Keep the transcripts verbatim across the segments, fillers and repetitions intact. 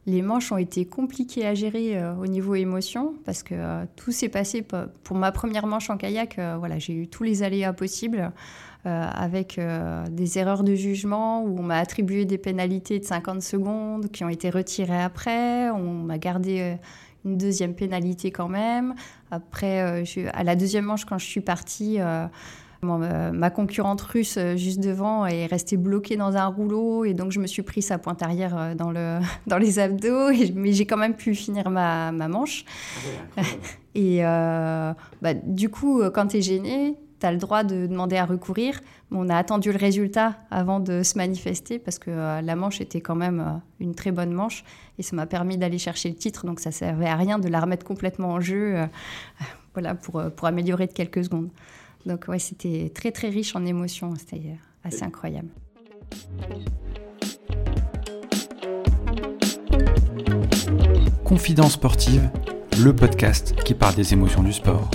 les manches ont été compliquées à gérer euh, au niveau émotion parce que euh, tout s'est passé p- pour ma première manche en kayak. Euh, voilà, j'ai eu tous les aléas possibles euh, avec euh, des erreurs de jugement où on m'a attribué des pénalités de cinquante secondes qui ont été retirées après. On m'a gardé euh, une deuxième pénalité quand même. Après, euh, je, à la deuxième manche, quand je suis partie... Euh, Bon, euh, ma concurrente russe euh, juste devant est restée bloquée dans un rouleau et donc je me suis pris sa pointe arrière euh, dans, le, dans les abdos, et, mais j'ai quand même pu finir ma, ma manche. Ah ouais, et euh, bah, du coup, quand tu es gêné, tu as le droit de demander à recourir. Mais on a attendu le résultat avant de se manifester parce que euh, la manche était quand même euh, une très bonne manche et ça m'a permis d'aller chercher le titre, donc ça ne servait à rien de la remettre complètement en jeu euh, voilà, pour, pour améliorer de quelques secondes. Donc ouais, c'était très très riche en émotions, c'était assez incroyable. Confidence sportive, le podcast qui parle des émotions du sport.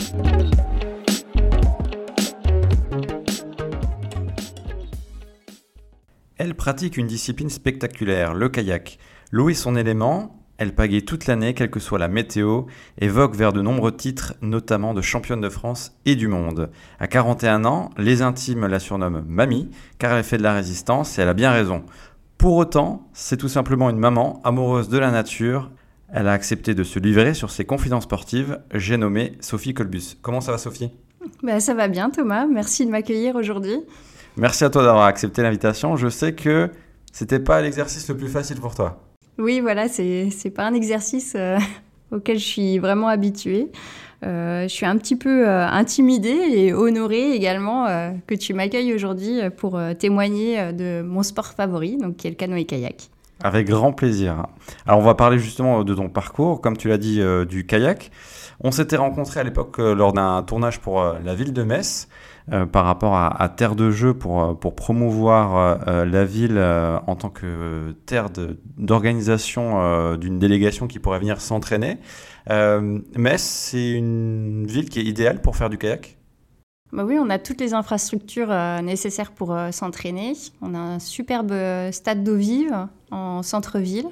Elle pratique une discipline spectaculaire, le kayak. L'eau est son élément. Elle pagaie toute l'année, quelle que soit la météo, et vogue vers de nombreux titres, notamment de championne de France et du monde. À quarante et un ans, les intimes la surnomment Mamie, car elle fait de la résistance et elle a bien raison. Pour autant, c'est tout simplement une maman amoureuse de la nature. Elle a accepté de se livrer sur ses confidences sportives. J'ai nommé Sophie Colbus. Comment ça va, Sophie ? Bah, ça va bien, Thomas. Merci de m'accueillir aujourd'hui. Merci à toi d'avoir accepté l'invitation. Je sais que c'était pas l'exercice le plus facile pour toi. Oui, voilà, c'est, c'est pas un exercice euh, auquel je suis vraiment habituée. Euh, je suis un petit peu euh, intimidée et honorée également euh, que tu m'accueilles aujourd'hui pour euh, témoigner de mon sport favori, donc qui est le canoë-kayak. Avec grand plaisir. Alors, on va parler justement de ton parcours, comme tu l'as dit, euh, du kayak. On s'était rencontrés à l'époque euh, lors d'un tournage pour euh, la ville de Metz, euh, par rapport à, à Terre de Jeux pour, pour promouvoir euh, la ville euh, en tant que terre de, d'organisation euh, d'une délégation qui pourrait venir s'entraîner. Euh, Metz, c'est une ville qui est idéale pour faire du kayak ? Bah oui, on a toutes les infrastructures euh, nécessaires pour euh, s'entraîner. On a un superbe stade d'eau vive en centre-ville,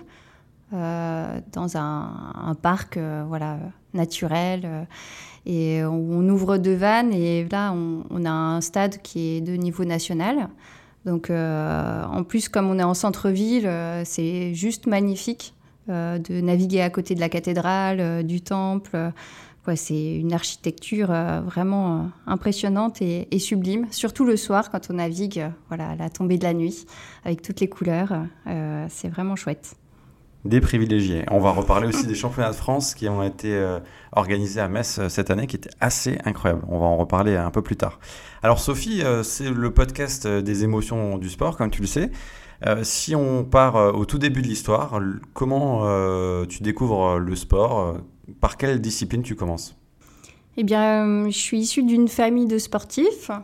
euh, dans un, un parc euh, voilà, naturel. Euh, et on, on ouvre deux vannes et là, on, on a un stade qui est de niveau national. Donc, euh, en plus, comme on est en centre-ville, euh, c'est juste magnifique euh, de naviguer à côté de la cathédrale, euh, du temple. Euh, Ouais, c'est une architecture euh, vraiment euh, impressionnante et, et sublime, surtout le soir quand on navigue euh, voilà, à la tombée de la nuit, avec toutes les couleurs. Euh, c'est vraiment chouette. Des privilégiés. On va reparler aussi des championnats de France qui ont été euh, organisés à Metz euh, cette année, qui étaient assez incroyables. On va en reparler un peu plus tard. Alors Sophie, euh, c'est le podcast des émotions du sport, comme tu le sais. Euh, si on part euh, au tout début de l'histoire, l- comment euh, tu découvres le sport euh, Par quelle discipline tu commences ? Eh bien, euh, je suis issue d'une famille de sportifs.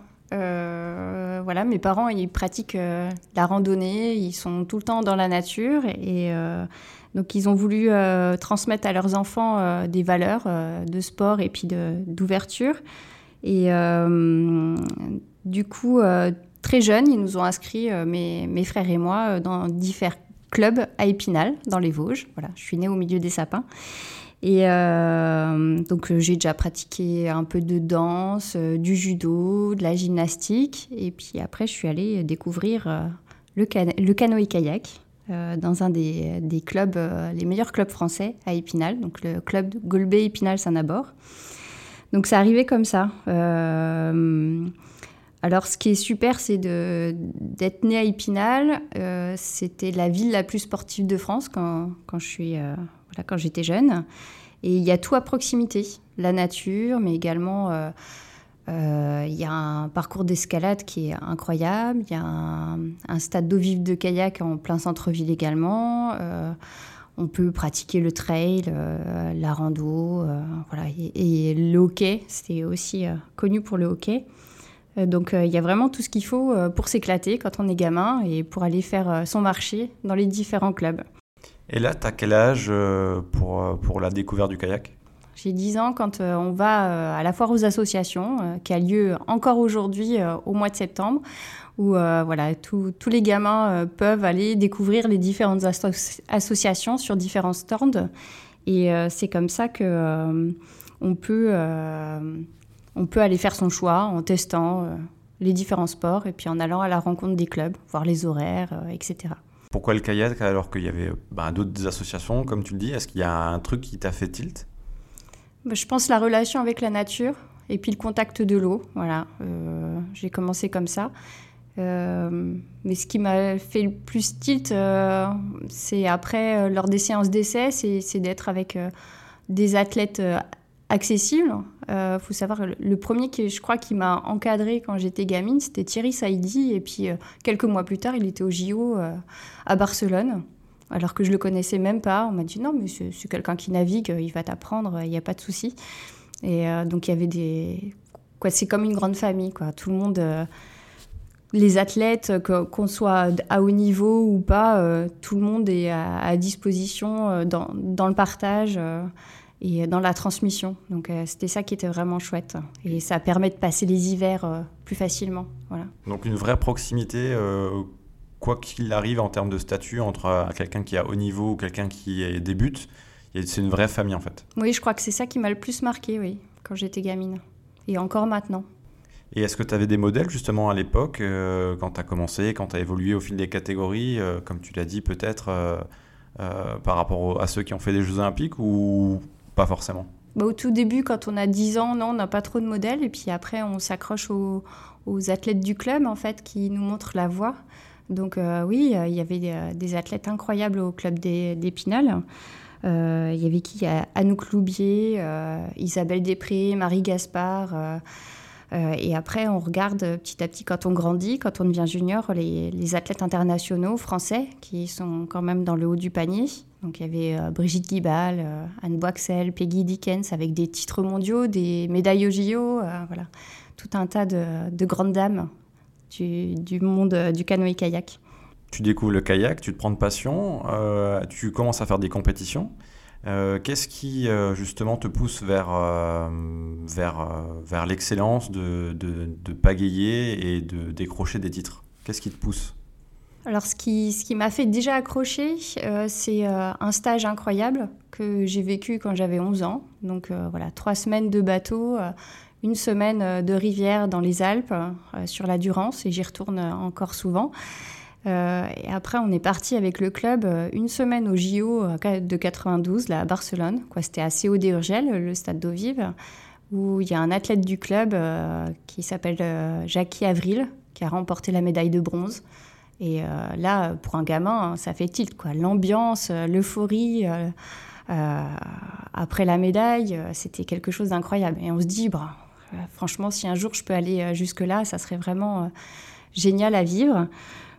Euh, voilà, mes parents, ils pratiquent euh, la randonnée, ils sont tout le temps dans la nature et euh, donc ils ont voulu euh, transmettre à leurs enfants euh, des valeurs euh, de sport et puis de, d'ouverture. Et euh, du coup, euh, très jeunes, ils nous ont inscrits, euh, mes, mes frères et moi, euh, dans différents clubs à Épinal, dans les Vosges. Voilà, je suis née au milieu des sapins. Et euh, donc euh, j'ai déjà pratiqué un peu de danse, euh, du judo, de la gymnastique. Et puis après, je suis allée découvrir euh, le, can- le canoë-kayak euh, dans un des, des clubs, euh, les meilleurs clubs français à Épinal, donc le club de Golbet Épinal-Saint-Nabord. Donc c'est arrivé comme ça. Euh, alors ce qui est super, c'est de, d'être née à Épinal. Euh, c'était la ville la plus sportive de France quand, quand je suis... Euh, Voilà, quand j'étais jeune. Et il y a tout à proximité. La nature, mais également, euh, euh, il y a un parcours d'escalade qui est incroyable. Il y a un, un stade d'eau vive de kayak en plein centre-ville également. Euh, on peut pratiquer le trail, euh, la rando. Euh, voilà. et, et le hockey, c'est aussi euh, connu pour le hockey. Euh, donc, euh, il y a vraiment tout ce qu'il faut euh, pour s'éclater quand on est gamin et pour aller faire euh, son marché dans les différents clubs. Et là, tu as quel âge euh, pour, pour la découverte du kayak ? J'ai dix ans quand euh, on va euh, à la foire aux associations, euh, qui a lieu encore aujourd'hui euh, au mois de septembre, où euh, voilà, tous les gamins euh, peuvent aller découvrir les différentes asso- associations sur différents stands. Et euh, c'est comme ça qu'on euh, peut, euh, on peut aller faire son choix en testant euh, les différents sports et puis en allant à la rencontre des clubs, voir les horaires, euh, et cetera. Pourquoi le kayak alors qu'il y avait bah, d'autres associations, comme tu le dis? Est-ce qu'il y a un truc qui t'a fait tilt? Je pense la relation avec la nature et puis le contact de l'eau. Voilà, euh, j'ai commencé comme ça. Euh, mais ce qui m'a fait le plus tilt, euh, c'est après, euh, lors des séances d'essai, c'est, c'est d'être avec euh, des athlètes euh, accessibles. Il euh, faut savoir, le, le premier qui, je crois, qui m'a encadrée quand j'étais gamine, c'était Thierry Saïdi. Et puis, euh, quelques mois plus tard, il était au J O euh, à Barcelone. Alors que je le connaissais même pas. On m'a dit non, mais c'est, c'est quelqu'un qui navigue, il va t'apprendre, il n'y a pas de souci. Et euh, donc, il y avait des... Quoi, c'est comme une grande famille, quoi. Tout le monde... Euh, les athlètes, que, qu'on soit à haut niveau ou pas, euh, tout le monde est à, à disposition euh, dans, dans le partage euh, et dans la transmission. Donc euh, c'était ça qui était vraiment chouette. Et ça permet de passer les hivers euh, plus facilement. Voilà. Donc une vraie proximité, euh, quoi qu'il arrive en termes de statut, entre euh, quelqu'un qui est à haut niveau ou quelqu'un qui est, débute, c'est une vraie famille en fait. Oui, je crois que c'est ça qui m'a le plus marqué, oui, quand j'étais gamine. Et encore maintenant. Et est-ce que tu avais des modèles justement à l'époque, euh, quand tu as commencé, quand tu as évolué au fil des catégories, euh, comme tu l'as dit peut-être, euh, euh, par rapport au, à ceux qui ont fait des Jeux Olympiques ou pas forcément? Bah, au tout début, quand on a dix ans, non, on n'a pas trop de modèles. Et puis après, on s'accroche aux, aux athlètes du club en fait, qui nous montrent la voie. Donc euh, oui, il y avait des, des athlètes incroyables au club des, d'Épinal. Euh, il y avait qui? Anouk Loubier, euh, Isabelle Després, Marie Gaspard... Euh, Euh, et après, on regarde petit à petit, quand on grandit, quand on devient junior, les, les athlètes internationaux français qui sont quand même dans le haut du panier. Donc, il y avait euh, Brigitte Guibal, euh, Anne Boixel, Peggy Dickens, avec des titres mondiaux, des médailles au J O, euh, voilà. Tout un tas de, de grandes dames du, du monde euh, du canoë-kayak. Tu découvres le kayak, tu te prends de passion, euh, tu commences à faire des compétitions. Euh, qu'est-ce qui euh, justement te pousse vers, euh, vers, euh, vers l'excellence de, de, de pagayer et de décrocher des titres? Qu'est-ce qui te pousse? Alors ce qui, ce qui m'a fait déjà accrocher, euh, c'est euh, un stage incroyable que j'ai vécu quand j'avais onze ans. Donc euh, voilà, trois semaines de bateau, euh, une semaine euh, de rivière dans les Alpes, euh, sur la Durance, et j'y retourne encore souvent. Euh, et après, on est parti avec le club euh, une semaine au J O de quatre-vingt-douze, là, à Barcelone. Quoi, c'était à C O D Urgell, le stade d'eau vive, où il y a un athlète du club euh, qui s'appelle euh, Jackie Avril, qui a remporté la médaille de bronze. Et euh, là, pour un gamin, ça fait tilt, quoi. L'ambiance, l'euphorie, euh, euh, après la médaille, euh, c'était quelque chose d'incroyable. Et on se dit, bah, euh, franchement, si un jour je peux aller jusque-là, ça serait vraiment euh, génial à vivre.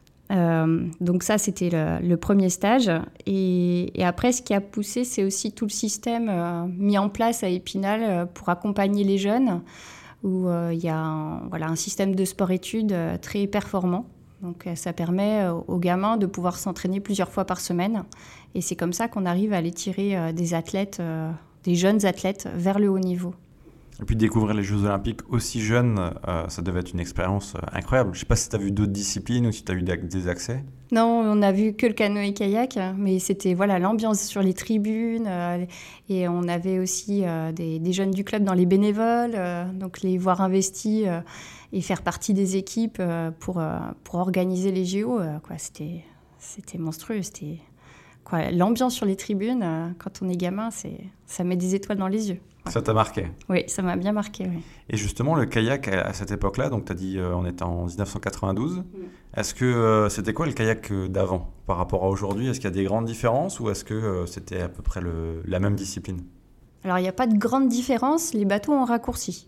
Euh, donc ça, c'était le, le premier stage. Et, et après, ce qui a poussé, c'est aussi tout le système euh, mis en place à Épinal euh, pour accompagner les jeunes, où euh, il y a un, voilà, un système de sport-études euh, très performant. Donc euh, ça permet euh, aux gamins de pouvoir s'entraîner plusieurs fois par semaine. Et c'est comme ça qu'on arrive à aller tirer euh, des athlètes, euh, des jeunes athlètes vers le haut niveau. Et puis découvrir les Jeux Olympiques aussi jeunes, euh, ça devait être une expérience euh, incroyable. Je ne sais pas si tu as vu d'autres disciplines ou si tu as eu des accès. Non, on n'a vu que le canoë-kayak, mais c'était voilà, l'ambiance sur les tribunes. Euh, et on avait aussi euh, des, des jeunes du club dans les bénévoles, euh, donc les voir investis euh, et faire partie des équipes euh, pour, euh, pour organiser les J O. Euh, quoi, c'était, c'était monstrueux. C'était, quoi, l'ambiance sur les tribunes, euh, quand on est gamin, c'est, ça met des étoiles dans les yeux. Ça t'a marqué? Oui, ça m'a bien marqué, oui. Et justement, le kayak, à cette époque-là, donc tu as dit euh, on était en dix-neuf cent quatre-vingt-douze, mm. Est-ce que euh, c'était quoi le kayak d'avant par rapport à aujourd'hui? Est-ce qu'il y a des grandes différences ou est-ce que euh, c'était à peu près le, la même discipline? Alors, il n'y a pas de grande différence, les bateaux ont raccourci.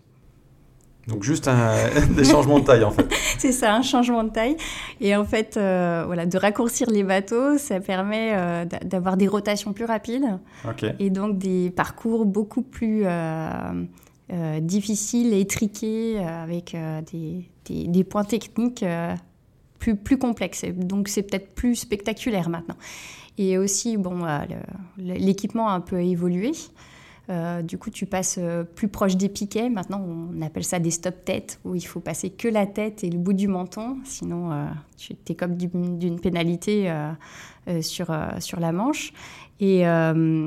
Donc juste un, des changements de taille en fait. C'est ça, un changement de taille. Et en fait, euh, voilà, de raccourcir les bateaux, ça permet euh, d'avoir des rotations plus rapides. Okay. Et donc des parcours beaucoup plus euh, euh, difficiles et étriqués, euh, avec euh, des, des, des points techniques euh, plus, plus complexes. Donc c'est peut-être plus spectaculaire maintenant. Et aussi, bon, euh, le, l'équipement a un peu évolué. Euh, du coup, tu passes euh, plus proche des piquets. Maintenant, on appelle ça des stop-têtes, où il faut passer que la tête et le bout du menton. Sinon, euh, tu es comme du, d'une pénalité euh, euh, sur, euh, sur la manche. Et euh,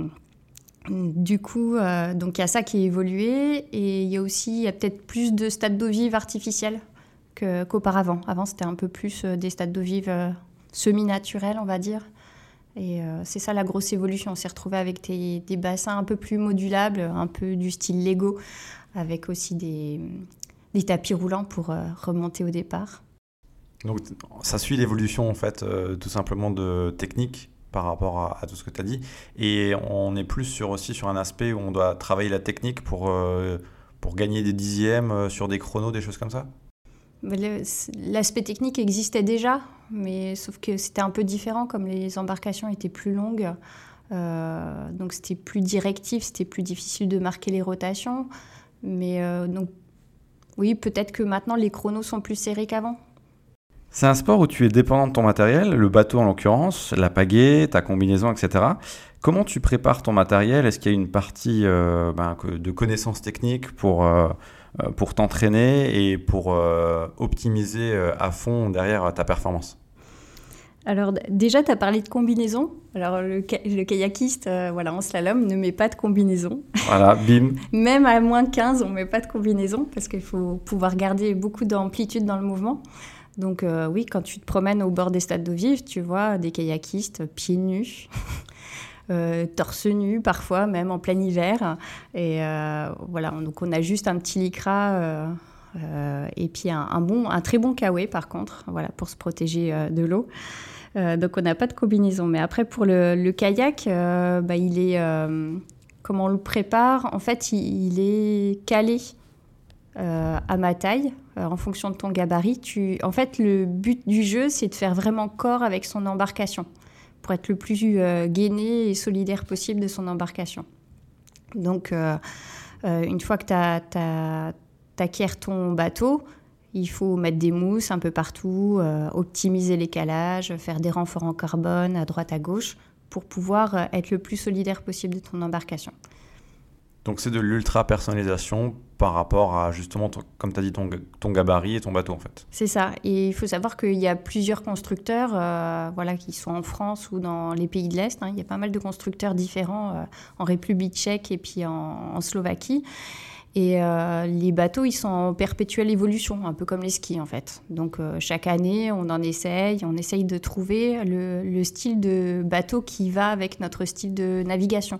du coup, euh, donc il y a ça qui a évolué. Et il y a aussi il y a peut-être plus de stades d'eau vive artificiels que, qu'auparavant. Avant, c'était un peu plus euh, des stades d'eau vive euh, semi-naturels, on va dire. Et euh, c'est ça la grosse évolution. On s'est retrouvé avec des, des bassins un peu plus modulables, un peu du style Lego, avec aussi des, des tapis roulants pour euh, remonter au départ. Donc ça suit l'évolution en fait, euh, tout simplement de technique par rapport à, à tout ce que tu as dit. Et on est plus sur, aussi sur un aspect où on doit travailler la technique pour, euh, pour gagner des dixièmes sur des chronos, des choses comme ça. L'aspect technique existait déjà, mais sauf que c'était un peu différent, comme les embarcations étaient plus longues. Euh, donc c'était plus directif, c'était plus difficile de marquer les rotations. Mais euh, donc, oui, peut-être que maintenant les chronos sont plus serrés qu'avant. C'est un sport où tu es dépendant de ton matériel, le bateau en l'occurrence, la pagaie, ta combinaison, et cetera. Comment tu prépares ton matériel ? Est-ce qu'il y a une partie euh, ben, de connaissances techniques pour... Euh, pour t'entraîner et pour euh, optimiser euh, à fond derrière ta performance? Alors déjà, tu as parlé de combinaison. Alors le, le kayakiste euh, voilà, en slalom ne met pas de combinaison. Voilà, bim. Même à moins quinze, on ne met pas de combinaison parce qu'il faut pouvoir garder beaucoup d'amplitude dans le mouvement. Donc euh, oui, quand tu te promènes au bord des stades d'eau vive, tu vois des kayakistes pieds nus. Euh, torse nu parfois, même en plein hiver. Et euh, voilà, donc on a juste un petit lycra euh, euh, et puis un, un, bon, un très bon kawaii par contre, voilà, pour se protéger euh, de l'eau. Euh, donc on n'a pas de combinaison. Mais après pour le, le kayak, euh, bah, il est, euh, comment on le prépare ? En fait, il, il est calé euh, à ma taille. Euh, en fonction de ton gabarit. Tu... En fait, le but du jeu, c'est de faire vraiment corps avec son embarcation, pour être le plus euh, gainé et solidaire possible de son embarcation. Donc, euh, euh, une fois que tu acquiers ton bateau, il faut mettre des mousses un peu partout, euh, optimiser les calages, faire des renforts en carbone à droite à gauche pour pouvoir euh, être le plus solidaire possible de ton embarcation. Donc, c'est de l'ultra-personnalisation par rapport à, justement, ton, comme tu as dit, ton, ton gabarit et ton bateau, en fait. C'est ça. Et il faut savoir qu'il y a plusieurs constructeurs euh, voilà, qui sont en France ou dans les pays de l'Est. Hein. Il y a pas mal de constructeurs différents euh, en République tchèque et puis en, en Slovaquie. Et euh, les bateaux, ils sont en perpétuelle évolution, un peu comme les skis, en fait. Donc, euh, chaque année, on en essaye. On essaye de trouver le, le style de bateau qui va avec notre style de navigation.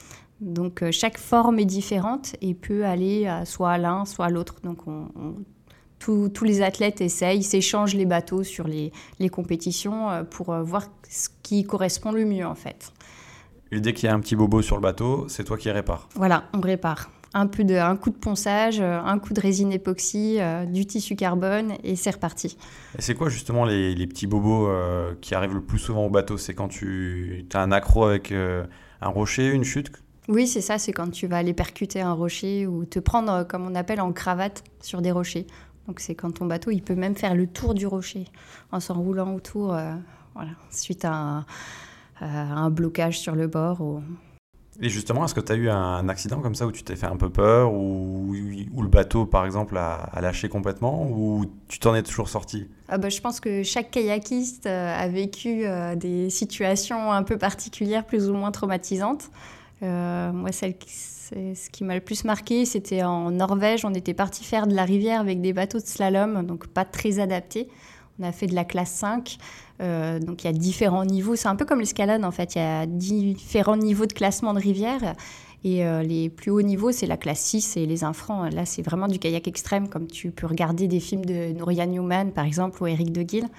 Donc, euh, chaque forme est différente et peut aller à, soit à l'un, soit à l'autre. Donc, on, on, tout, tous les athlètes essayent, s'échangent les bateaux sur les, les compétitions euh, pour euh, voir ce qui correspond le mieux, en fait. Et dès qu'il y a un petit bobo sur le bateau, c'est toi qui répares. Voilà, on répare. Un, peu de, un coup de ponçage, un coup de résine époxy, euh, du tissu carbone et c'est reparti. Et c'est quoi justement les, les petits bobos euh, qui arrivent le plus souvent au bateau ? C'est quand tu as un accro avec euh, un rocher, une chute ? Oui, c'est ça, c'est quand tu vas aller percuter un rocher ou te prendre, comme on appelle, en cravate sur des rochers. Donc c'est quand ton bateau, il peut même faire le tour du rocher en s'enroulant autour, euh, voilà, suite à un, à un blocage sur le bord. Ou... Et justement, est-ce que tu as eu un accident comme ça où tu t'es fait un peu peur, ou où le bateau, par exemple, a, a lâché complètement, ou tu t'en es toujours sorti ? Ah bah, je pense que chaque kayakiste a vécu euh, des situations un peu particulières, plus ou moins traumatisantes. Euh, moi, celle qui, c'est, ce qui m'a le plus marqué, c'était en Norvège. On était parti faire de la rivière avec des bateaux de slalom, donc pas très adaptés. On a fait de la classe cinq, euh, donc il y a différents niveaux. C'est un peu comme l'escalade, en fait. Il y a différents niveaux de classement de rivière. Et euh, les plus hauts niveaux, c'est la classe six et les infrans. Là, c'est vraiment du kayak extrême, comme tu peux regarder des films de Nouria Newman, par exemple, ou Éric de Guil.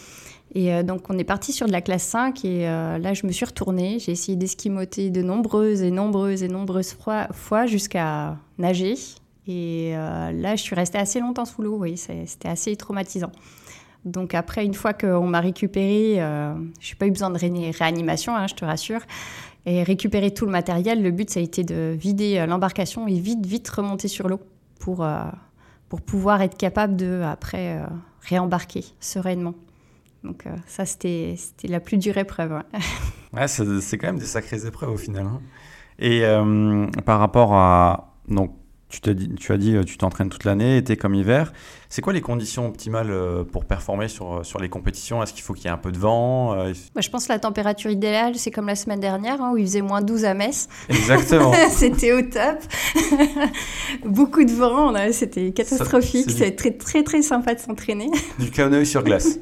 Et euh, donc, on est parti sur de la classe cinq et euh, là, je me suis retournée. J'ai essayé d'esquimoter de nombreuses et nombreuses et nombreuses fois, fois jusqu'à nager. Et euh, là, je suis restée assez longtemps sous l'eau. Oui, c'est, c'était assez traumatisant. Donc après, une fois qu'on m'a récupérée, euh, je n'ai pas eu besoin de ré- réanimation, hein, je te rassure, et récupérer tout le matériel. Le but, ça a été de vider l'embarcation et vite, vite remonter sur l'eau pour, euh, pour pouvoir être capable de, après, euh, réembarquer sereinement. Donc euh, ça, c'était, c'était la plus dure épreuve. Ouais, ouais c'est, c'est quand même des sacrées épreuves au final. Hein. Et euh, par rapport à... Donc, tu, t'as dit, tu as dit tu t'entraînes toute l'année, été comme hiver. C'est quoi les conditions optimales pour performer sur, sur les compétitions ? Est-ce qu'il faut qu'il y ait un peu de vent ? Bah, je pense que la température idéale, c'est comme la semaine dernière, hein, où il faisait moins douze à Metz. Exactement. C'était au top. Beaucoup de vent, là, c'était catastrophique. Ça, c'est C'était très, très, très sympa de s'entraîner. Du canoë sur glace.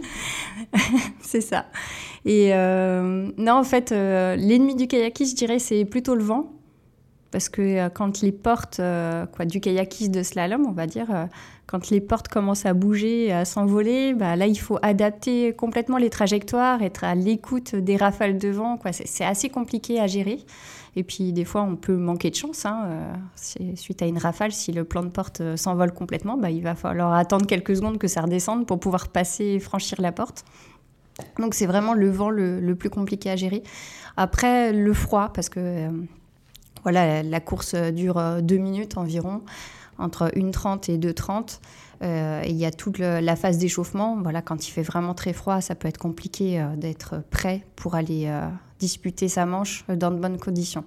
C'est ça. Et euh, non, en fait, euh, l'ennemi du kayakiste, je dirais, c'est plutôt le vent. Parce que euh, quand les portes euh, quoi, du kayakiste de slalom, on va dire, euh, quand les portes commencent à bouger, à s'envoler, bah, là, il faut adapter complètement les trajectoires, être à l'écoute des rafales de vent, quoi. C'est, c'est assez compliqué à gérer. Et puis, des fois, on peut manquer de chance. Hein. Euh, c'est, suite à une rafale, si le plan de porte euh, s'envole complètement, bah, il va falloir attendre quelques secondes que ça redescende pour pouvoir passer et franchir la porte. Donc, c'est vraiment le vent le, le plus compliqué à gérer. Après, le froid, parce que... Euh, Voilà, la course dure deux minutes environ, entre une trente et deux trente. Euh, il y a toute le, la phase d'échauffement. Voilà, quand il fait vraiment très froid, ça peut être compliqué euh, d'être prêt pour aller euh, disputer sa manche dans de bonnes conditions.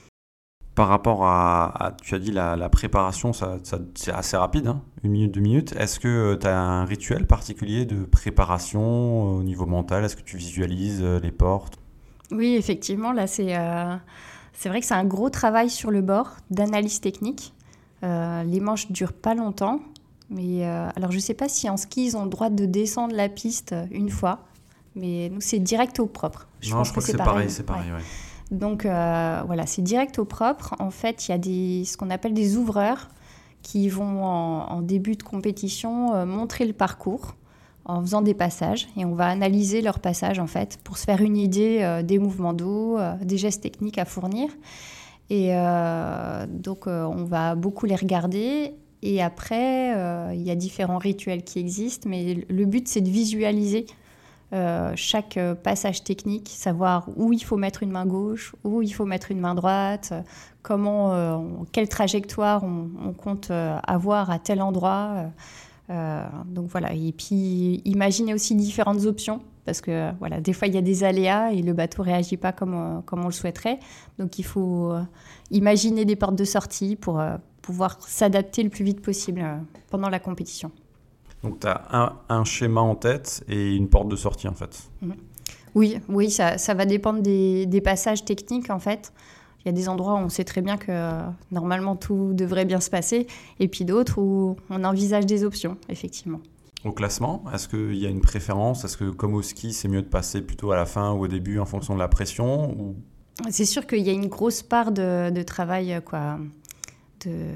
Par rapport à, à tu as dit la, la préparation, ça, ça, c'est assez rapide, hein, une minute, deux minutes. Est-ce que tu as un rituel particulier de préparation au niveau mental ? Est-ce que tu visualises les portes ? Oui, effectivement, là, c'est... Euh... C'est vrai que c'est un gros travail sur le bord d'analyse technique. Euh, les manches ne durent pas longtemps. Mais euh, alors, je ne sais pas si en ski, ils ont le droit de descendre la piste une fois. Mais nous, c'est direct au propre. Je non, pense je crois que, que c'est, c'est pareil. pareil c'est pareil ouais. Ouais. Donc, euh, voilà, c'est direct au propre. En fait, il y a des, ce qu'on appelle des ouvreurs qui vont, en, en début de compétition, euh, montrer le parcours en faisant des passages, et on va analyser leurs passages en fait pour se faire une idée euh, des mouvements d'eau, euh, des gestes techniques à fournir. Et euh, donc euh, on va beaucoup les regarder, et après euh, il y a différents rituels qui existent, mais le but c'est de visualiser euh, chaque passage technique, savoir où il faut mettre une main gauche, où il faut mettre une main droite, comment, euh, on, quelle trajectoire on, on compte euh, avoir à tel endroit. Euh, Euh, donc voilà, et puis imaginez aussi différentes options, parce que voilà, des fois il y a des aléas et le bateau ne réagit pas comme, euh, comme on le souhaiterait. Donc il faut euh, imaginer des portes de sortie pour euh, pouvoir s'adapter le plus vite possible euh, pendant la compétition. Donc tu as un, un schéma en tête et une porte de sortie en fait. Mmh. Oui, oui, ça, ça va dépendre des, des passages techniques en fait. Il y a des endroits où on sait très bien que euh, normalement tout devrait bien se passer, et puis d'autres où on envisage des options, effectivement. Au classement, est-ce qu'il y a une préférence ? Est-ce que comme au ski, c'est mieux de passer plutôt à la fin ou au début en fonction de la pression ou... C'est sûr qu'il y a une grosse part de, de travail, quoi, de,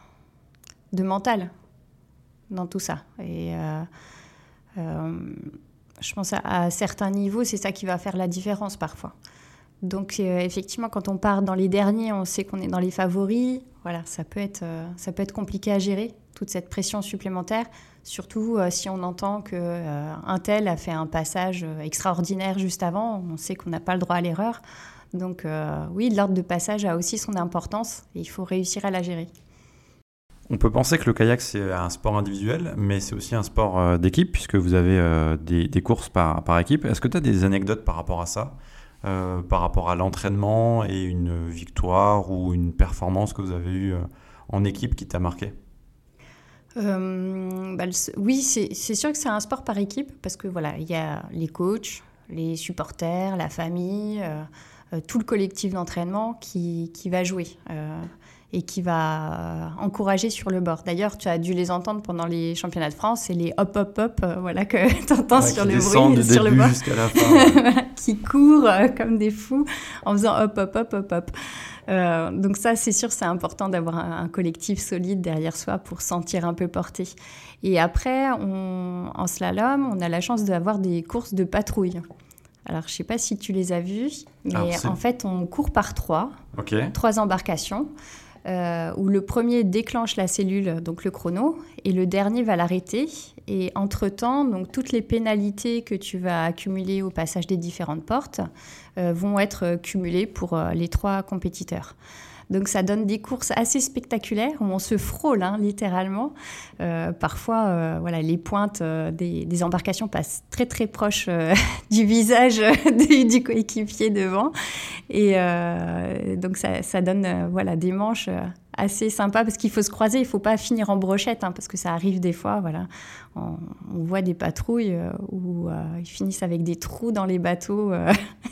de mental dans tout ça. Et euh, euh, je pense à, à certains niveaux, c'est ça qui va faire la différence parfois. Donc euh, effectivement, quand on part dans les derniers, on sait qu'on est dans les favoris. Voilà, ça peut être, euh, ça peut être compliqué à gérer, toute cette pression supplémentaire, surtout euh, si on entend qu'un euh, tel a fait un passage extraordinaire juste avant, on sait qu'on n'a pas le droit à l'erreur. Donc euh, oui, l'ordre de passage a aussi son importance et il faut réussir à la gérer. On peut penser que le kayak, c'est un sport individuel, mais c'est aussi un sport euh, d'équipe, puisque vous avez euh, des, des courses par, par équipe. Est-ce que tu as des anecdotes par rapport à ça ? Euh, par rapport à l'entraînement et une victoire ou une performance que vous avez eue euh, en équipe qui t'a marqué ? euh, bah, le, Oui, c'est, c'est sûr que c'est un sport par équipe, parce que voilà, il y a les coachs, les supporters, la famille, euh, euh, tout le collectif d'entraînement qui, qui va jouer euh, et qui va encourager sur le bord. D'ailleurs, tu as dû les entendre pendant les championnats de France, c'est les hop hop hop euh, voilà, que tu entends ouais, sur le bruit, sur le bord, jusqu'à la fin, qui courent euh, comme des fous en faisant hop hop hop hop hop. Euh, donc ça, c'est sûr, c'est important d'avoir un, un collectif solide derrière soi pour sentir un peu porté. Et après, on, en slalom, on a la chance d'avoir des courses de patrouille. Alors, je ne sais pas si tu les as vues, mais Alors, en fait, on court par trois, okay. trois embarcations. Euh, où le premier déclenche la cellule, donc le chrono, et le dernier va l'arrêter. Et entre-temps, donc, toutes les pénalités que tu vas accumuler au passage des différentes portes euh, vont être cumulées pour euh, les trois compétiteurs. Donc ça donne des courses assez spectaculaires où on se frôle, hein, littéralement. Euh, parfois, euh, voilà, les pointes euh, des, des embarcations passent très très proches euh, du visage du, du coéquipier devant. Et euh, donc ça, ça donne euh, voilà, des manches euh, assez sympas parce qu'il faut se croiser, il ne faut pas finir en brochette, hein, parce que ça arrive des fois. Voilà. On, on voit des patrouilles euh, où euh, ils finissent avec des trous dans les bateaux euh,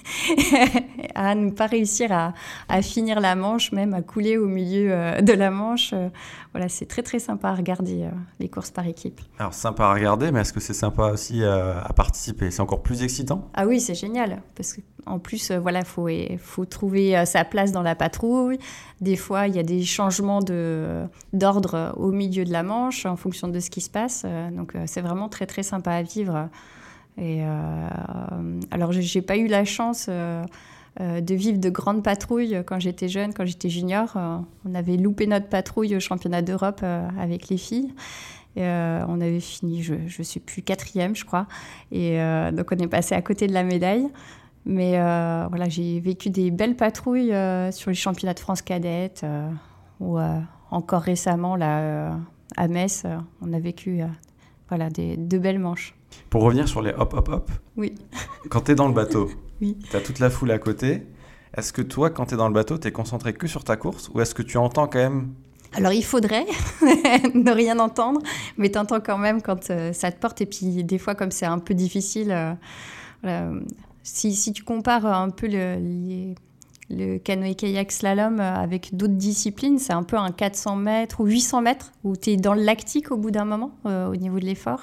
à ne pas réussir à, à finir la manche, même à couler au milieu euh, de la manche. Euh, voilà, c'est très très sympa à regarder euh, les courses par équipe. Alors sympa à regarder, mais est-ce que c'est sympa aussi euh, à participer? C'est encore plus excitant? Ah oui, c'est génial, parce qu'en plus, euh, voilà, faut, faut trouver euh, sa place dans la patrouille. Des fois, il y a des changements de, d'ordre au milieu de la manche en fonction de ce qui se passe. Euh, donc euh, c'est vraiment très très sympa à vivre. Et euh, alors, j'ai pas eu la chance euh, euh, de vivre de grandes patrouilles quand j'étais jeune, quand j'étais junior. Euh, on avait loupé notre patrouille au championnat d'Europe euh, avec les filles. Et, euh, on avait fini, je ne sais plus, quatrième, je crois. Et euh, donc, on est passé à côté de la médaille. Mais euh, voilà, j'ai vécu des belles patrouilles euh, sur les championnats de France cadettes. Euh, ou euh, encore récemment, là, euh, à Metz, euh, on a vécu euh, voilà, des, de belles manches. Pour revenir sur les hop, hop, hop, oui. Quand tu es dans le bateau, oui. tu as toute la foule à côté. Est-ce que toi, quand tu es dans le bateau, tu es concentré que sur ta course ou est-ce que tu entends quand même? Alors, il faudrait ne rien entendre, mais tu entends quand même quand euh, ça te porte. Et puis, des fois, comme c'est un peu difficile, euh, voilà, si, si tu compares un peu le, les, le canoë-kayak slalom avec d'autres disciplines, c'est un peu un quatre cents mètres ou huit cents mètres où tu es dans le lactique au bout d'un moment, euh, au niveau de l'effort.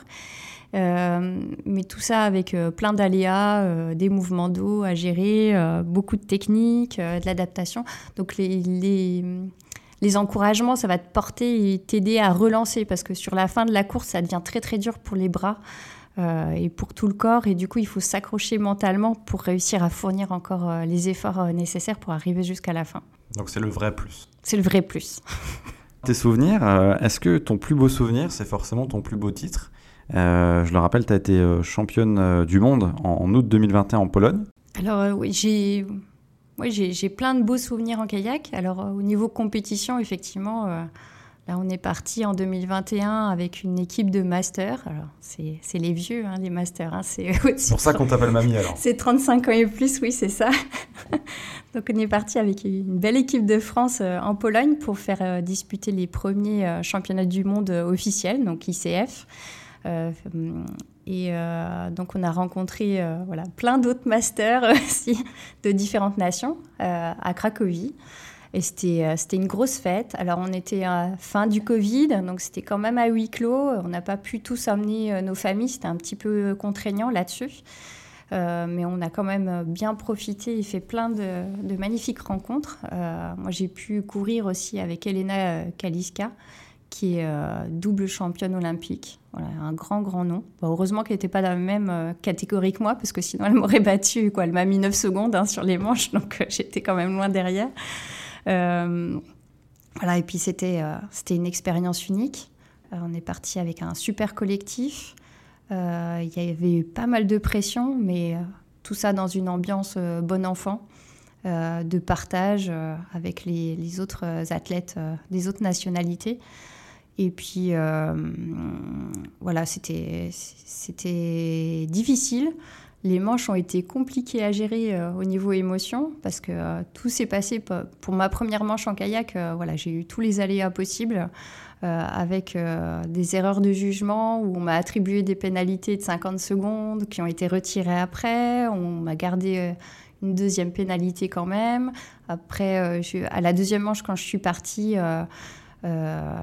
Euh, mais tout ça avec euh, plein d'aléas, euh, des mouvements d'eau à gérer, euh, beaucoup de techniques, euh, de l'adaptation. Donc les, les, les encouragements, ça va te porter et t'aider à relancer parce que sur la fin de la course, ça devient très très dur pour les bras euh, et pour tout le corps. Et du coup, il faut s'accrocher mentalement pour réussir à fournir encore euh, les efforts euh, nécessaires pour arriver jusqu'à la fin. Donc c'est le vrai plus. C'est le vrai plus. Tes souvenirs, euh, est-ce que ton plus beau souvenir, c'est forcément ton plus beau titre? Euh, je le rappelle, tu as été euh, championne euh, du monde en, en août deux mille vingt et un en Pologne. Alors euh, oui, j'ai, oui j'ai, j'ai plein de beaux souvenirs en kayak. Alors euh, au niveau compétition, effectivement, euh, là on est parti en deux mille vingt et un avec une équipe de masters. Alors c'est, c'est les vieux, hein, les masters. Hein, c'est c'est pour ça qu'on t'appelle mamie alors. C'est trente-cinq ans et plus, oui, c'est ça. Donc on est parti avec une belle équipe de France euh, en Pologne pour faire euh, disputer les premiers euh, championnats du monde euh, officiels, donc I C F. Euh, et euh, donc on a rencontré euh, voilà, plein d'autres masters aussi de différentes nations euh, à Cracovie et c'était, euh, c'était une grosse fête. Alors on était à la fin du Covid, donc c'était quand même à huis clos, on n'a pas pu tous emmener euh, nos familles, c'était un petit peu contraignant là-dessus, euh, mais on a quand même bien profité et fait plein de, de magnifiques rencontres. Euh, moi j'ai pu courir aussi avec Elena Kaliska qui est euh, double championne olympique. Voilà, un grand, grand nom. Bon, heureusement qu'elle n'était pas dans la même euh, catégorie que moi, parce que sinon elle m'aurait battue. Quoi. Elle m'a mis neuf secondes hein, sur les manches, donc euh, j'étais quand même loin derrière. Euh, voilà, et puis c'était, euh, c'était une expérience unique. Euh, on est parti avec un super collectif. Euh, il y avait eu pas mal de pression, mais euh, tout ça dans une ambiance euh, bon enfant. Euh, de partage euh, avec les, les autres athlètes euh, des autres nationalités. Et puis, euh, voilà, c'était, c'était difficile. Les manches ont été compliquées à gérer euh, au niveau émotion parce que euh, tout s'est passé pour, pour ma première manche en kayak. Euh, voilà, j'ai eu tous les aléas possibles euh, avec euh, des erreurs de jugement où on m'a attribué des pénalités de cinquante secondes qui ont été retirées après. On m'a gardé euh, une deuxième pénalité quand même. Après, euh, je, à la deuxième manche, quand je suis partie... Euh, Euh,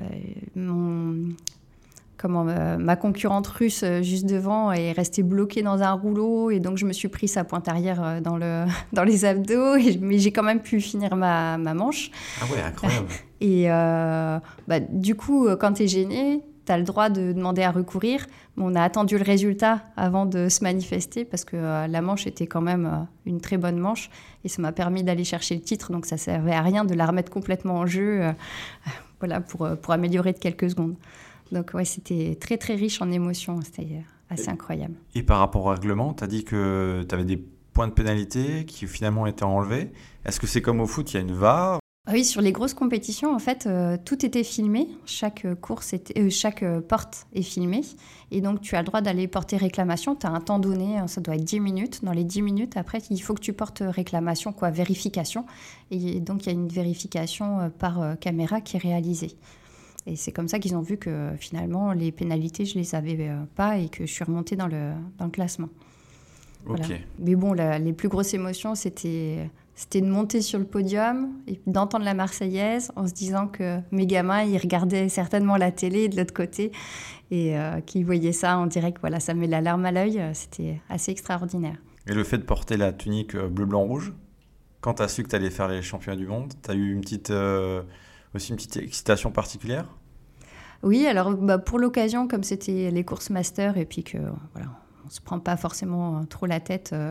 mon, comment, euh, ma concurrente russe euh, juste devant est restée bloquée dans un rouleau et donc je me suis pris sa pointe arrière euh, dans, le, dans les abdos, et, mais j'ai quand même pu finir ma, ma manche. Ah ouais, incroyable. Et euh, bah, du coup, quand t'es gêné, t'as le droit de demander à recourir. On a attendu le résultat avant de se manifester parce que euh, la manche était quand même euh, une très bonne manche et ça m'a permis d'aller chercher le titre, donc ça servait à rien de la remettre complètement en jeu euh, voilà, pour, pour améliorer de quelques secondes. Donc ouais, c'était très très riche en émotions, c'était assez et, incroyable. Et par rapport au règlement, tu as dit que tu avais des points de pénalité qui finalement étaient enlevés. Est-ce que c'est comme au foot, il y a une V A R ? Oui, sur les grosses compétitions, en fait, euh, tout était filmé. Chaque course, était, euh, chaque euh, porte est filmée. Et donc, tu as le droit d'aller porter réclamation. Tu as un temps donné, ça doit être dix minutes. Dans les dix minutes, après, il faut que tu portes réclamation, quoi, vérification. Et donc, il y a une vérification euh, par euh, caméra qui est réalisée. Et c'est comme ça qu'ils ont vu que, finalement, les pénalités, je ne les avais euh, pas et que je suis remontée dans le, dans le classement. Ok. Voilà. Mais bon, la, les plus grosses émotions, c'était... C'était de monter sur le podium et d'entendre la Marseillaise en se disant que mes gamins, ils regardaient certainement la télé de l'autre côté et euh, qu'ils voyaient ça en direct. Voilà, ça met la larme à l'œil. C'était assez extraordinaire. Et le fait de porter la tunique bleu-blanc-rouge, quand tu as su que tu allais faire les championnats du monde, tu as eu une petite, euh, aussi une petite excitation particulière ? Oui, alors bah, pour l'occasion, comme c'était les courses master et puis que voilà, on ne se prend pas forcément trop la tête... Euh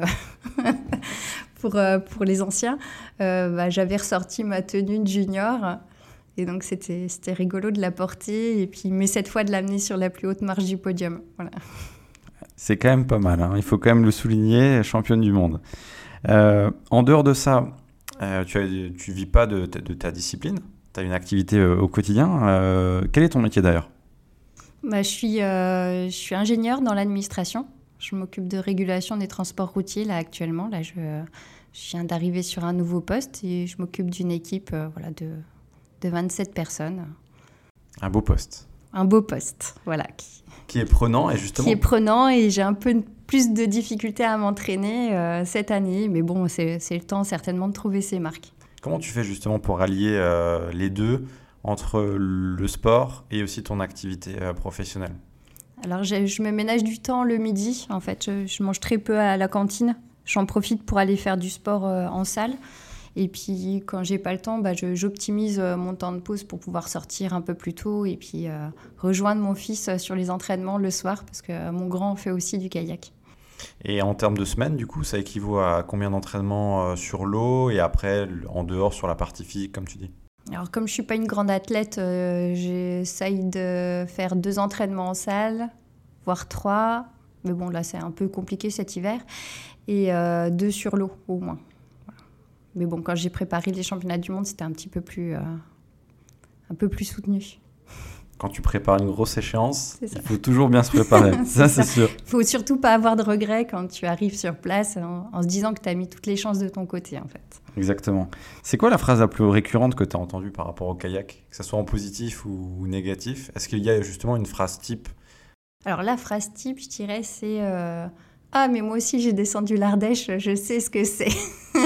Pour, euh, pour les anciens, euh, bah, j'avais ressorti ma tenue de junior et donc c'était, c'était rigolo de la porter et puis, mais cette fois de l'amener sur la plus haute marche du podium. Voilà. C'est quand même pas mal, hein. Il faut quand même le souligner, championne du monde. Euh, en dehors de ça, euh, tu ne tu vis pas de, de ta discipline, tu as une activité euh, au quotidien. Euh, quel est ton métier d'ailleurs ? bah, je, suis, euh, je suis ingénieure dans l'administration. Je m'occupe de régulation des transports routiers là, actuellement. Là, je, je viens d'arriver sur un nouveau poste et je m'occupe d'une équipe euh, voilà, de, de vingt-sept personnes. Un beau poste. Un beau poste, voilà. Qui, qui est prenant et justement... Qui est prenant et j'ai un peu plus de difficultés à m'entraîner euh, cette année. Mais bon, c'est, c'est le temps certainement de trouver ses marques. Comment tu fais justement pour allier euh, les deux entre le sport et aussi ton activité euh, professionnelle ? Alors, je, je me ménage du temps le midi, en fait. Je, je mange très peu à la cantine. J'en profite pour aller faire du sport euh, en salle. Et puis, quand j'ai pas le temps, bah, je, j'optimise euh, mon temps de pause pour pouvoir sortir un peu plus tôt et puis euh, rejoindre mon fils euh, sur les entraînements le soir parce que euh, mon grand fait aussi du kayak. Et en termes de semaine, du coup, ça équivaut à combien d'entraînements euh, sur l'eau et après, en dehors, sur la partie physique, comme tu dis ? Alors, comme je ne suis pas une grande athlète, euh, j'essaye de faire deux entraînements en salle, voire trois. Mais bon, là, c'est un peu compliqué cet hiver. Et euh, deux sur l'eau, au moins. Voilà. Mais bon, quand j'ai préparé les championnats du monde, c'était un petit peu plus, euh, un peu plus soutenu. Quand tu prépares une grosse échéance, il faut toujours bien se préparer. ça, c'est, c'est sûr. Il ne faut surtout pas avoir de regrets quand tu arrives sur place en, en se disant que tu as mis toutes les chances de ton côté, en fait. Exactement. C'est quoi la phrase la plus récurrente que tu as entendue par rapport au kayak, que ce soit en positif ou négatif ? Est-ce qu'il y a justement une phrase type ? Alors la phrase type, je dirais, c'est euh, « Ah, mais moi aussi j'ai descendu l'Ardèche, je sais ce que c'est. »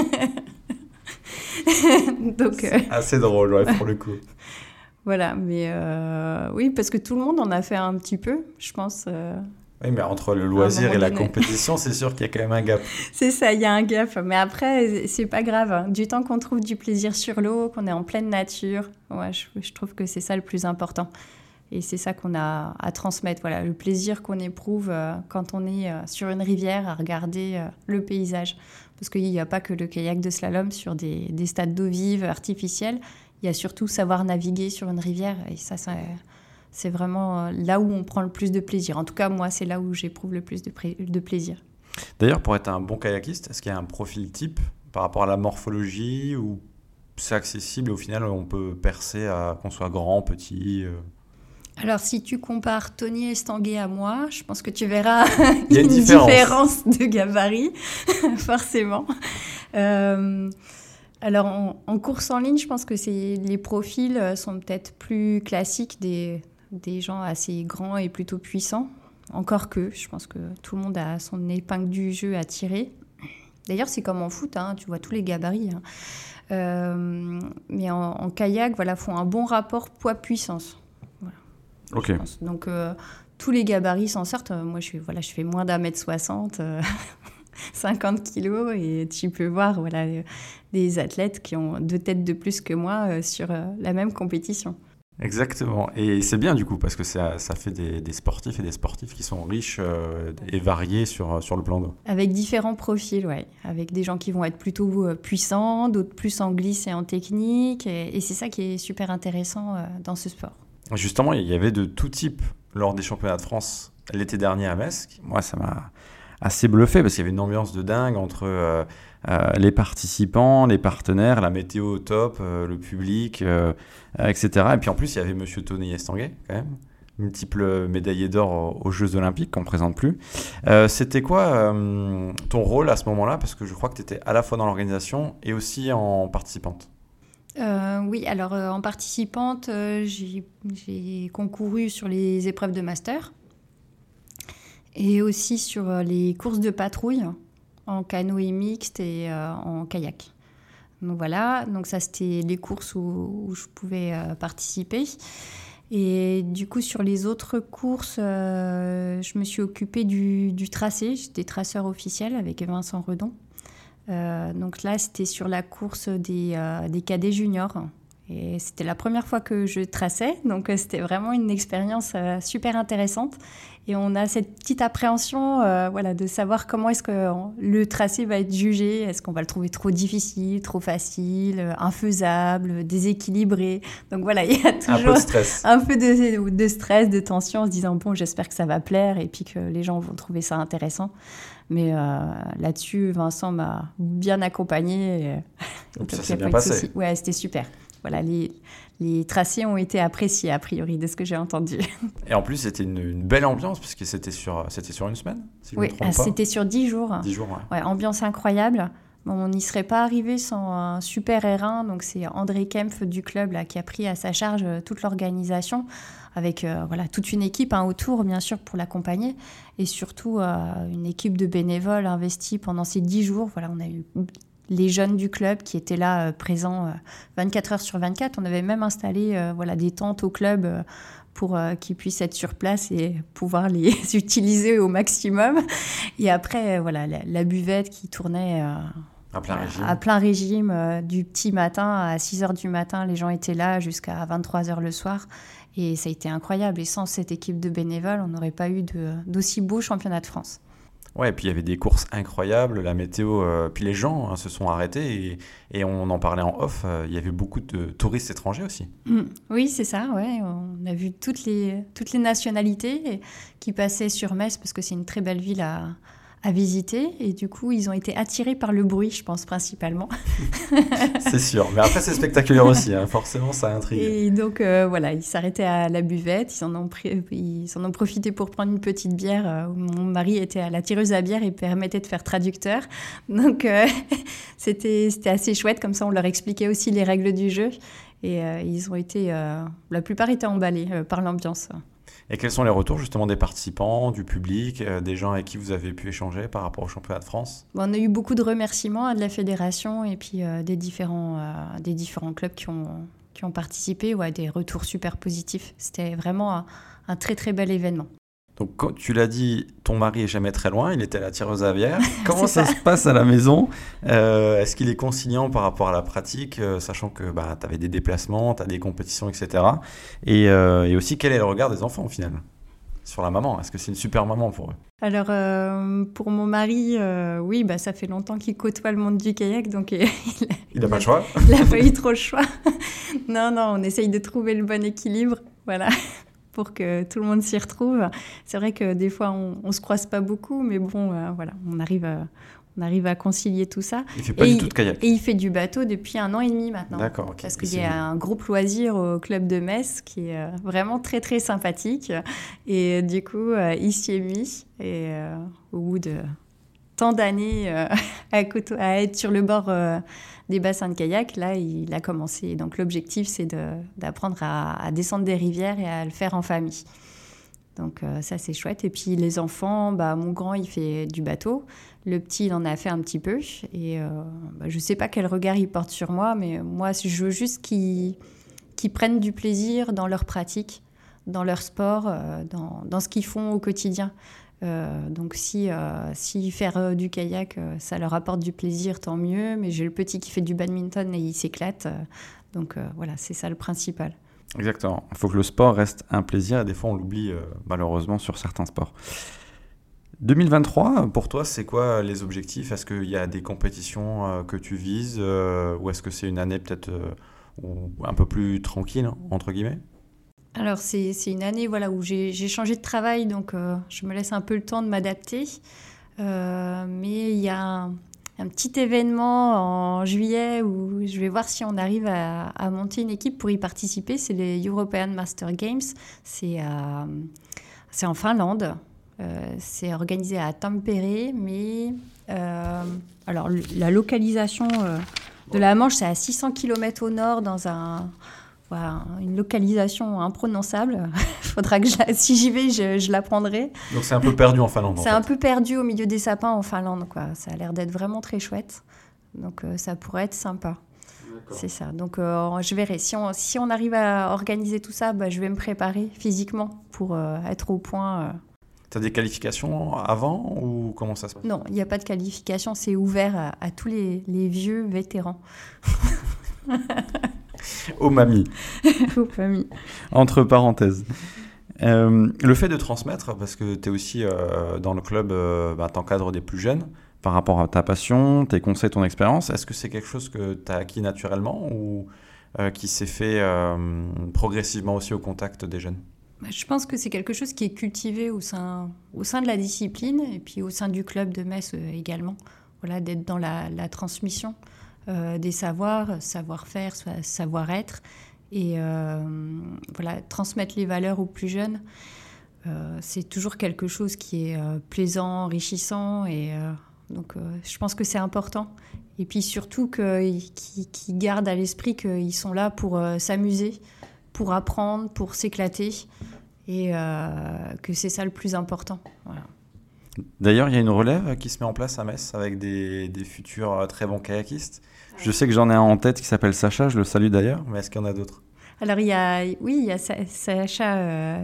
Donc, euh... C'est assez drôle, ouais, pour le coup. Voilà, mais euh, oui, parce que tout le monde en a fait un petit peu, je pense. Euh... Oui, mais entre le loisir et la compétition, c'est sûr qu'il y a quand même un gap. C'est ça, il y a un gap. Mais après, c'est pas grave. Hein. Du temps qu'on trouve du plaisir sur l'eau, qu'on est en pleine nature, ouais, je, je trouve que c'est ça le plus important. Et c'est ça qu'on a à transmettre. Voilà, le plaisir qu'on éprouve euh, quand on est euh, sur une rivière à regarder euh, le paysage. Parce qu'il n'y a pas que le kayak de slalom sur des, des stades d'eau vive artificiels. Il y a surtout savoir naviguer sur une rivière. Et ça, ça c'est vraiment là où on prend le plus de plaisir. En tout cas, moi, c'est là où j'éprouve le plus de, pré- de plaisir. D'ailleurs, pour être un bon kayakiste, est-ce qu'il y a un profil type par rapport à la morphologie ou c'est accessible et au final, on peut percer à qu'on soit grand, petit euh... Alors, si tu compares Tony Estanguet à moi, je pense que tu verras Il y a une, une différence. différence de gabarit, forcément. Euh, alors, en, en course en ligne, je pense que c'est, les profils sont peut-être plus classiques des, des gens assez grands et plutôt puissants. Encore que, je pense que tout le monde a son épingle du jeu à tirer. D'ailleurs, c'est comme en foot, hein, tu vois tous les gabarits. Hein. Euh, mais en, en kayak, voilà, faut un bon rapport poids-puissance. Ok. Donc, euh, tous les gabarits s'en sortent. Moi, je, voilà, je fais moins d'un mètre soixante, euh, cinquante kilos, et tu peux voir voilà, des athlètes qui ont deux têtes de plus que moi euh, sur euh, la même compétition. Exactement. Et c'est bien du coup, parce que ça, ça fait des, des sportifs et des sportifs qui sont riches euh, et variés sur, sur le plan d'eau. Avec différents profils, ouais. Avec des gens qui vont être plutôt euh, puissants, d'autres plus en glisse et en technique. Et, et c'est ça qui est super intéressant euh, dans ce sport. Justement, il y avait de tout type lors des championnats de France l'été dernier à Metz. Moi, ça m'a assez bluffé parce qu'il y avait une ambiance de dingue entre euh, euh, les participants, les partenaires, la météo au top, euh, le public, euh, euh, et cetera. Et puis en plus, il y avait Monsieur Tony Estanguet, quand même, multiple médaillé d'or aux Jeux Olympiques qu'on ne présente plus. Euh, c'était quoi euh, ton rôle à ce moment-là? Parce que je crois que tu étais à la fois dans l'organisation et aussi en participante. Euh, oui, alors euh, en participante, euh, j'ai, j'ai concouru sur les épreuves de master et aussi sur euh, les courses de patrouille en canoë mixte et euh, en kayak. Donc voilà, donc ça c'était les courses où, où je pouvais euh, participer. Et du coup, sur les autres courses, euh, je me suis occupée du, du tracé. J'étais traceur officiel avec Vincent Redon. Euh, donc là, c'était sur la course des, euh, des cadets juniors. Et c'était la première fois que je traçais. Donc euh, c'était vraiment une expérience euh, super intéressante. Et on a cette petite appréhension euh, voilà, de savoir comment est-ce que le tracé va être jugé. Est-ce qu'on va le trouver trop difficile, trop facile, infaisable, déséquilibré? Donc voilà, il y a toujours un peu de stress, un peu de, de stress, de tension en se disant bon, j'espère que ça va plaire et puis que les gens vont trouver ça intéressant. Mais euh, là-dessus, Vincent m'a bien accompagnée. Et donc ça s'est bien passé. Ouais, c'était super. Voilà, les, les tracés ont été appréciés, a priori, de ce que j'ai entendu. Et en plus, c'était une, une belle ambiance, puisque c'était sur, c'était sur une semaine, si je oui, me trompe pas. C'était sur dix jours. dix jours, ouais. Ouais, ambiance incroyable. Bon, on n'y serait pas arrivé sans un super R un. Donc, c'est André Kempf du club là, qui a pris à sa charge toute l'organisation, avec euh, voilà, toute une équipe hein, autour, bien sûr, pour l'accompagner. Et surtout, euh, une équipe de bénévoles investis pendant ces dix jours. Voilà, on a eu les jeunes du club qui étaient là, euh, présents euh, vingt-quatre heures sur vingt-quatre. On avait même installé euh, voilà, des tentes au club euh, pour euh, qu'ils puissent être sur place et pouvoir les utiliser au maximum. Et après, euh, voilà, la, la buvette qui tournait euh, à plein régime, à plein régime euh, du petit matin à six heures du matin. Les gens étaient là jusqu'à vingt-trois heures le soir. Et ça a été incroyable. Et sans cette équipe de bénévoles, on n'aurait pas eu de, d'aussi beaux championnats de France. Ouais, et puis il y avait des courses incroyables, la météo, euh, puis les gens hein, se sont arrêtés et, et on en parlait en off, euh, il y avait beaucoup de touristes étrangers aussi. Mmh. Oui, c'est ça, ouais. On a vu toutes les, toutes les nationalités qui passaient sur Metz parce que c'est une très belle ville à, à visiter et du coup, ils ont été attirés par le bruit, je pense, principalement. C'est sûr, mais après c'est spectaculaire aussi, hein. Forcément ça intrigue. Et donc euh, voilà, ils s'arrêtaient à la buvette, ils en ont, pris, ils en ont profité pour prendre une petite bière. Euh, mon mari était à la tireuse à bière et permettait de faire traducteur. Donc euh, c'était, c'était assez chouette, comme ça on leur expliquait aussi les règles du jeu. Et euh, ils ont été, euh, la plupart étaient emballés euh, par l'ambiance. Et quels sont les retours justement des participants, du public, euh, des gens avec qui vous avez pu échanger par rapport au championnat de France? Bon, on a eu beaucoup de remerciements hein, de la fédération et puis euh, des, différents, euh, des différents clubs qui ont, qui ont participé. Ouais, des retours super positifs. C'était vraiment un, un très très bel événement. Donc, quand tu l'as dit, ton mari est jamais très loin, il était à la tireuse à bière. Comment ça, ça se passe à la maison? euh, Est-ce qu'il est conciliant par rapport à la pratique, euh, sachant que bah, tu avais des déplacements, tu as des compétitions, et cetera. Et, euh, et aussi, quel est le regard des enfants au final sur la maman? Est-ce que c'est une super maman pour eux? Alors, euh, pour mon mari, euh, oui, bah, ça fait longtemps qu'il côtoie le monde du kayak, donc euh, il n'a pas le choix. Il n'a pas eu trop le choix. Non, non, on essaye de trouver le bon équilibre, voilà, pour que tout le monde s'y retrouve. C'est vrai que des fois, on ne se croise pas beaucoup, mais bon, euh, voilà, on arrive, à, on arrive à concilier tout ça. Il ne fait pas et du il, tout de kayak. Et il fait du bateau depuis un an et demi maintenant. D'accord, ok. Parce qu'il y a un groupe loisir au club de Metz qui est vraiment très, très sympathique. Et du coup, euh, il s'y est mis. Et euh, au bout de tant d'années euh, à, à être sur le bord euh, des bassins de kayak, là, il a commencé. Donc, l'objectif, c'est de, d'apprendre à, à descendre des rivières et à le faire en famille. Donc, euh, ça, c'est chouette. Et puis, les enfants, bah, mon grand, il fait du bateau. Le petit, il en a fait un petit peu. Et euh, bah, je ne sais pas quel regard il porte sur moi, mais moi, je veux juste qu'ils, qu'ils prennent du plaisir dans leur pratique, dans leur sport, euh, dans, dans ce qu'ils font au quotidien. Euh, donc si, euh, si faire euh, du kayak, euh, ça leur apporte du plaisir, tant mieux. Mais j'ai le petit qui fait du badminton et il s'éclate. Euh, donc euh, voilà, c'est ça le principal. Exactement. Il faut que le sport reste un plaisir et des fois on l'oublie euh, malheureusement sur certains sports. deux mille vingt-trois, pour toi, c'est quoi les objectifs? Est-ce qu'il y a des compétitions euh, que tu vises euh, ou est-ce que c'est une année peut-être euh, un peu plus tranquille, entre guillemets? Alors, c'est, c'est une année voilà, où j'ai, j'ai changé de travail, donc euh, je me laisse un peu le temps de m'adapter. Euh, mais il y a un, un petit événement en juillet où je vais voir si on arrive à, à monter une équipe pour y participer. C'est les European Master Games. C'est, à, c'est en Finlande. Euh, c'est organisé à Tampere, mais euh, alors, la localisation euh, de la Manche, c'est à six cents kilomètres au nord, dans un... Voilà, une localisation imprononçable. Faudra que je la, si j'y vais, je, je la prendrai. Donc c'est un peu perdu en Finlande. C'est en un fait. peu perdu au milieu des sapins en Finlande, quoi. Ça a l'air d'être vraiment très chouette. Donc euh, ça pourrait être sympa. D'accord. C'est ça. Donc euh, je verrai. Si on, si on arrive à organiser tout ça, bah, je vais me préparer physiquement pour euh, être au point. Euh... Tu as des qualifications avant ou comment ça se passe ? Non, il n'y a pas de qualification. C'est ouvert à, à tous les, les vieux vétérans. Aux mamies. Aux mamies. Entre parenthèses. Euh, le fait de transmettre, parce que tu es aussi euh, dans le club, euh, bah, t'encadres des plus jeunes, par rapport à ta passion, tes conseils, ton expérience, est-ce que c'est quelque chose que tu as acquis naturellement ou euh, qui s'est fait euh, progressivement aussi au contact des jeunes ? Je pense que c'est quelque chose qui est cultivé au sein, au sein de la discipline et puis au sein du club de Metz euh, également, voilà, d'être dans la, la transmission. Euh, des savoirs, savoir-faire, savoir-être, et euh, voilà, transmettre les valeurs aux plus jeunes. Euh, c'est toujours quelque chose qui est euh, plaisant, enrichissant, et euh, donc euh, je pense que c'est important. Et puis surtout qu'ils qu'ils gardent à l'esprit qu'ils sont là pour euh, s'amuser, pour apprendre, pour s'éclater, et euh, que c'est ça le plus important. Voilà. D'ailleurs, il y a une relève qui se met en place à Metz avec des, des futurs très bons kayakistes. Je sais que j'en ai un en tête qui s'appelle Sacha, je le salue d'ailleurs, mais est-ce qu'il y en a d'autres ? Alors, il y a, oui, il y a Sacha, euh,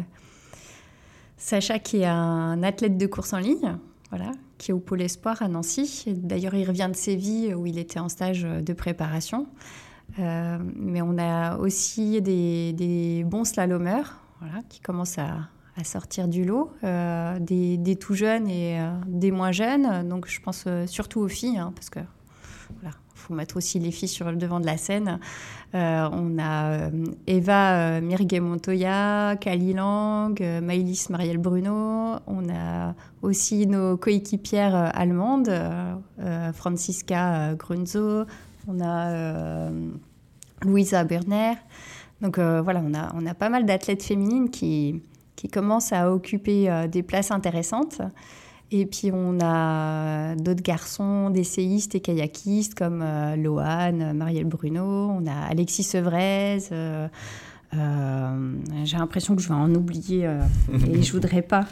Sacha qui est un athlète de course en ligne, voilà, qui est au Pôle Espoir à Nancy. D'ailleurs, il revient de Séville où il était en stage de préparation. Euh, mais on a aussi des, des bons slalomeurs, voilà, qui commencent à, à sortir du lot, euh, des, des tout jeunes et euh, des moins jeunes. Donc, je pense euh, surtout aux filles, hein, parce que voilà. Il faut mettre aussi les filles sur le devant de la scène. Euh, on a euh, Eva euh, Mirguet Montoya, Kali Lang, euh, Maëlys Marielle Bruno. On a aussi nos coéquipières euh, allemandes, euh, euh, Franziska euh, Grunzo. On a euh, Louisa Berner. Donc euh, voilà, on a, on a pas mal d'athlètes féminines qui, qui commencent à occuper euh, des places intéressantes. Et puis, on a d'autres garçons, des séistes et kayakistes comme euh, Lohan, Marielle Bruno. On a Alexis Sevrez. Euh, euh, j'ai l'impression que je vais en oublier euh, et je ne voudrais pas.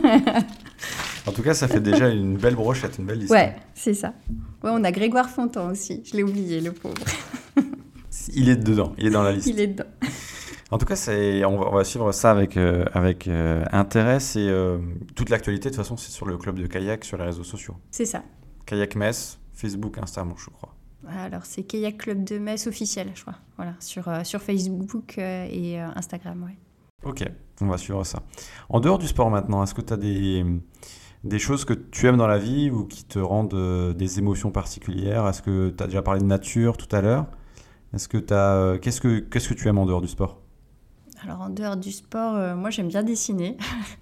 En tout cas, ça fait déjà une belle brochette, une belle liste. Ouais, c'est ça. Ouais, on a Grégoire Fontan aussi. Je l'ai oublié, le pauvre. Il est dedans, il est dans la liste. Il est dedans. En tout cas, c'est, on, va, on va suivre ça avec, euh, avec euh, intérêt. C'est, euh, toute l'actualité, de toute façon, c'est sur le club de kayak, sur les réseaux sociaux. C'est ça. Kayak Metz, Facebook, Instagram, je crois. Alors, c'est Kayak Club de Metz officiel, je crois. Voilà, sur, euh, sur Facebook euh, et euh, Instagram, ouais. Ok, on va suivre ça. En dehors du sport maintenant, est-ce que tu as des, des choses que tu aimes dans la vie ou qui te rendent euh, des émotions particulières ? Est-ce que tu as déjà parlé de nature tout à l'heure ? Est-ce que t'as, euh, qu'est-ce que, qu'est-ce que tu aimes en dehors du sport ? Alors, en dehors du sport, euh, moi, j'aime bien dessiner.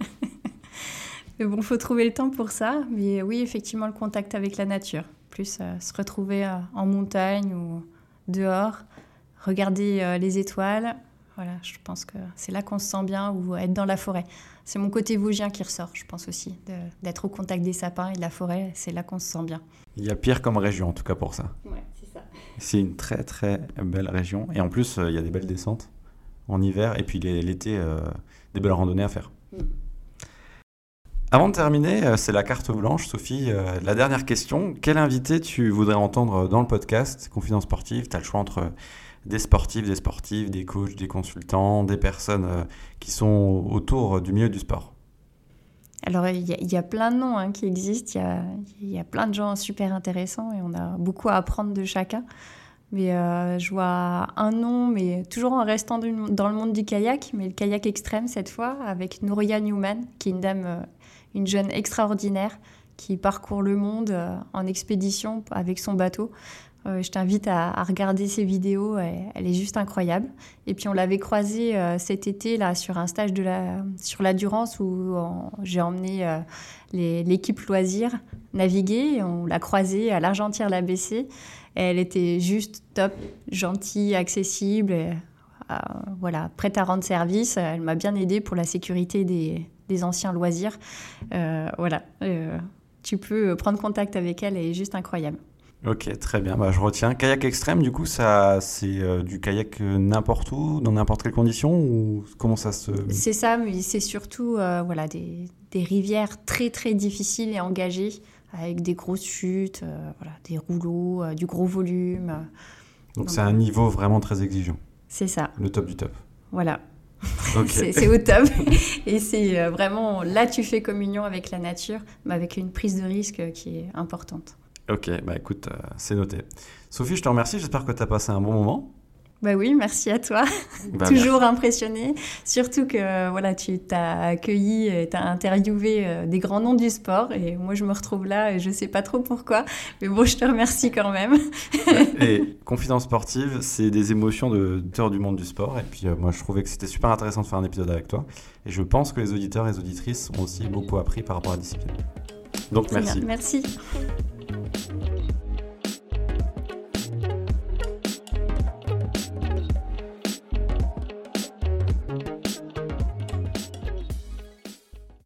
Mais bon, il faut trouver le temps pour ça. Mais oui, effectivement, le contact avec la nature. Plus euh, se retrouver euh, en montagne ou dehors, regarder euh, les étoiles. Voilà, je pense que c'est là qu'on se sent bien, ou être dans la forêt. C'est mon côté vosgien qui ressort, je pense aussi, de, d'être au contact des sapins et de la forêt. C'est là qu'on se sent bien. Il y a pire comme région, en tout cas pour ça. Ouais, c'est ça. C'est une très, très belle région. Et en plus, euh, il y a des belles descentes en hiver, et puis l'été, euh, des belles randonnées à faire. Mm. Avant de terminer, euh, c'est la carte blanche, Sophie. Euh, la dernière question, quel invité tu voudrais entendre dans le podcast Confidence Sportive ? Tu as le choix entre des sportifs, des sportifs, des coachs, des consultants, des personnes euh, qui sont autour du milieu du sport. Alors, il y, y a plein de noms hein, qui existent, il y a, y a plein de gens super intéressants et on a beaucoup à apprendre de chacun. Mais euh, je vois un nom, mais toujours en restant du, dans le monde du kayak, mais le kayak extrême cette fois, avec Nouria Newman, qui est une dame, euh, une jeune extraordinaire, qui parcourt le monde euh, en expédition avec son bateau. Euh, je t'invite à, à regarder ses vidéos, elle, elle est juste incroyable. Et puis on l'avait croisée euh, cet été là, sur un stage de la, sur la Durance où on, j'ai emmené euh, les, l'équipe loisirs naviguer. Et on l'a croisée à l'Argentière-l'A B C. Et elle était juste top, gentille, accessible, et, euh, voilà, prête à rendre service. Elle m'a bien aidée pour la sécurité des, des anciens loisirs. Euh, voilà, euh, tu peux prendre contact avec elle, elle est juste incroyable. Ok, très bien, bah, je retiens. Kayak extrême, du coup, ça, c'est euh, du kayak euh, n'importe où, dans n'importe quelle condition, ou comment ça se... C'est ça, mais c'est surtout euh, voilà, des, des rivières très très difficiles et engagées, avec des grosses chutes, euh, voilà, des rouleaux, euh, du gros volume. Euh, donc, donc c'est un niveau vraiment très exigeant. C'est ça. Le top du top. Voilà. Okay. c'est, c'est au top. Et c'est euh, vraiment, là tu fais communion avec la nature, mais avec une prise de risque qui est importante. Ok, bah écoute, euh, c'est noté. Sophie, je te remercie, j'espère que tu as passé un bon moment. Bah oui, merci à toi. Bah, Toujours merci. impressionné. Surtout que voilà, tu t'as accueilli, tu as interviewé des grands noms du sport. Et moi, je me retrouve là et je ne sais pas trop pourquoi. Mais bon, je te remercie quand même. Et Confidence sportive, c'est des émotions de auditeurs du monde du sport. Et puis euh, moi, je trouvais que c'était super intéressant de faire un épisode avec toi. Et je pense que les auditeurs et les auditrices ont aussi beaucoup appris par rapport à la discipline. Donc, Très merci. bien, merci.